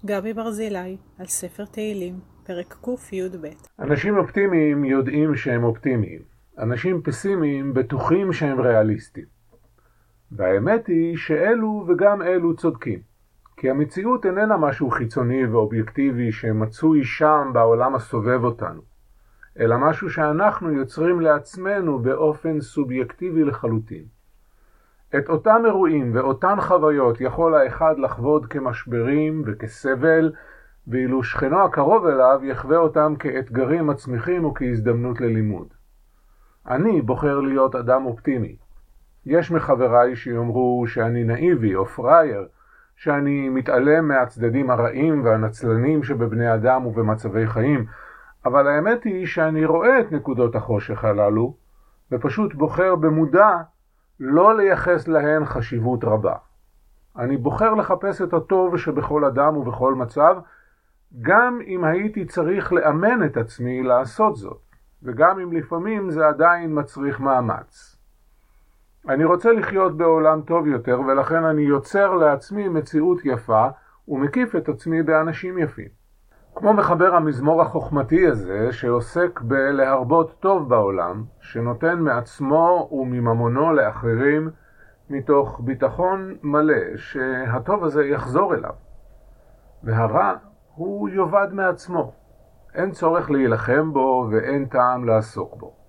גבי ברזילי על ספר תהילים, פרק קי"ב. אנשים אופטימיים יודעים שהם אופטימיים. אנשים פסימיים בטוחים שהם ריאליסטים. והאמת היא שאלו וגם אלו צודקים. כי המציאות איננה משהו חיצוני ואובייקטיבי שמצוי שם בעולם הסובב אותנו, אלא משהו שאנחנו יוצרים לעצמנו באופן סובייקטיבי לחלוטין. את אותם אירועים ואותן חוויות יכול האחד לחוות כמשברים וכסבל, ואילו שכנו הקרוב אליו יחווה אותם כאתגרים מצמיחים או כהזדמנות ללימוד. אני בוחר להיות אדם אופטימי. יש מחבריי שיאמרו שאני נאיבי או פרייר, שאני מתעלם מהצדדים הרעים והנצלנים שבבני אדם ובמצבי חיים, אבל האמת היא שאני רואה את נקודות החושך הללו, ופשוט בוחר במודע לא לייחס להן חשיבות רבה. אני בוחר לחפש את הטוב שבכל אדם ובכל מצב, גם אם הייתי צריך לאמן את עצמי לעשות זאת, וגם אם לפעמים זה עדיין מצריך מאמץ. אני רוצה לחיות בעולם טוב יותר, ולכן אני יוצר לעצמי מציאות יפה ומקיף את עצמי באנשים יפים. כמו מחבר המזמור החוכמתי הזה שעוסק בלהרבות טוב בעולם, שנותן מעצמו ומממונו לאחרים מתוך ביטחון מלא שהטוב הזה יחזור אליו. והרע הוא יובד מעצמו. אין צורך להילחם בו ואין טעם לעסוק בו.